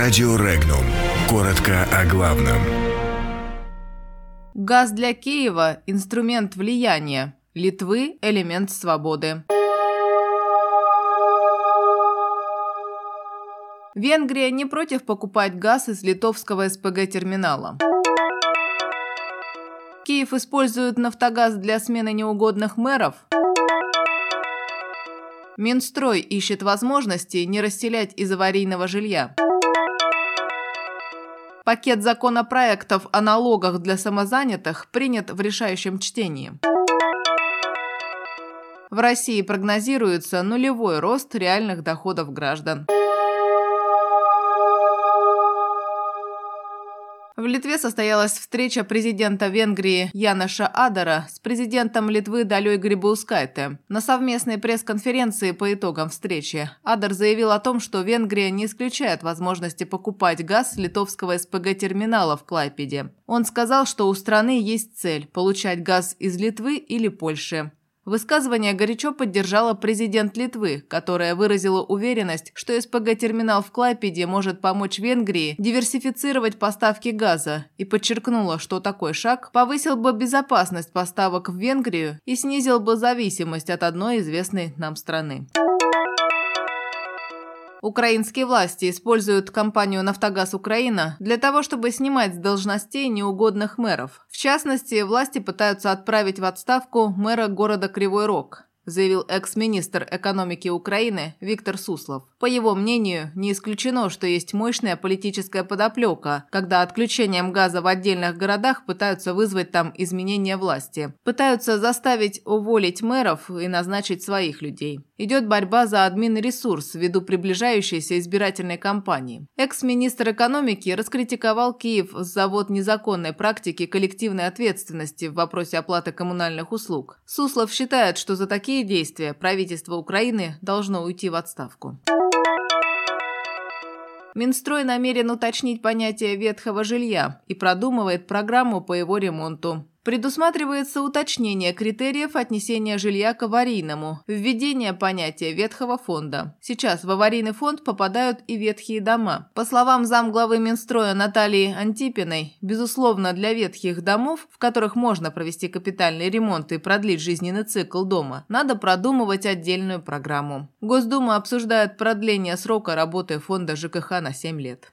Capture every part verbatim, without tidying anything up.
Радио Регнум. Коротко о главном. Газ для Киева – инструмент влияния. Литвы – элемент свободы. Венгрия не против покупать газ из литовского эс пэ гэ-терминала. Киев использует «Нафтогаз» для смены неугодных мэров. Минстрой ищет возможности не расселять из аварийного жилья. Пакет законопроектов о налогах для самозанятых принят в решающем чтении. В России прогнозируется нулевой рост реальных доходов граждан. В Литве состоялась встреча президента Венгрии Яноша Адера с президентом Литвы Далей Грибаускайте. На совместной пресс-конференции по итогам встречи Адер заявил о том, что Венгрия не исключает возможности покупать газ с литовского эс пэ гэ-терминала в Клайпеде. Он сказал, что у страны есть цель – получать газ из Литвы или Польши. Высказывание горячо поддержала президент Литвы, которая выразила уверенность, что эс пэ гэ-терминал в Клайпеде может помочь Венгрии диверсифицировать поставки газа, и подчеркнула, что такой шаг повысил бы безопасность поставок в Венгрию и снизил бы зависимость от одной известной нам страны. Украинские власти используют компанию «Нафтогаз Украина» для того, чтобы снимать с должностей неугодных мэров. В частности, власти пытаются отправить в отставку мэра города Кривой Рог, заявил экс-министр экономики Украины Виктор Суслов. По его мнению, не исключено, что есть мощная политическая подоплека, когда отключением газа в отдельных городах пытаются вызвать там изменения власти. Пытаются заставить уволить мэров и назначить своих людей. Идет борьба за админресурс ввиду приближающейся избирательной кампании. Экс-министр экономики раскритиковал Киев за ввод незаконной практики коллективной ответственности в вопросе оплаты коммунальных услуг. Суслов считает, что за такие действия правительство Украины должно уйти в отставку. Минстрой намерен уточнить понятие ветхого жилья и продумывает программу по его ремонту. Предусматривается уточнение критериев отнесения жилья к аварийному, введение понятия ветхого фонда. Сейчас в аварийный фонд попадают и ветхие дома. По словам замглавы Минстроя Натальи Антипиной, безусловно, для ветхих домов, в которых можно провести капитальный ремонт и продлить жизненный цикл дома, надо продумывать отдельную программу. Госдума обсуждает продление срока работы фонда жэ ка ха на семь лет.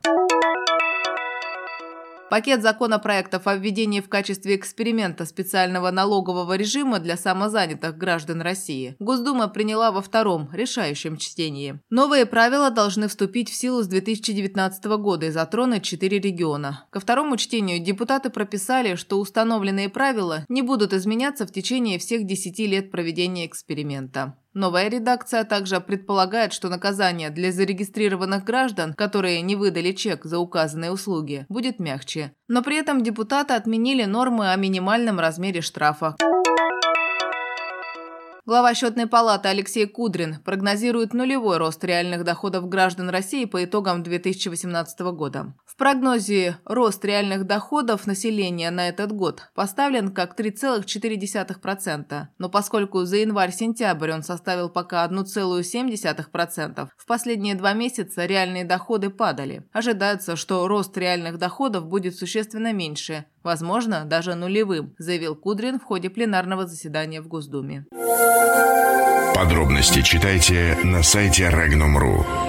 Пакет законопроектов о введении в качестве эксперимента специального налогового режима для самозанятых граждан России Госдума приняла во втором, решающем чтении. Новые правила должны вступить в силу с две тысячи девятнадцатого года и затронуть четыре региона. Ко второму чтению депутаты прописали, что установленные правила не будут изменяться в течение всех десяти лет проведения эксперимента. Новая редакция также предполагает, что наказание для зарегистрированных граждан, которые не выдали чек за указанные услуги, будет мягче. Но при этом депутаты отменили нормы о минимальном размере штрафа. Глава Счетной палаты Алексей Кудрин прогнозирует нулевой рост реальных доходов граждан России по итогам две тысячи восемнадцатого года. В прогнозе рост реальных доходов населения на этот год поставлен как три целых четыре десятых процента, но поскольку за январь-сентябрь он составил пока одна целая семь десятых процента, в последние два месяца реальные доходы падали. Ожидается, что рост реальных доходов будет существенно меньше, возможно, даже нулевым, заявил Кудрин в ходе пленарного заседания в Госдуме. Подробности читайте на сайте регнум точка ру.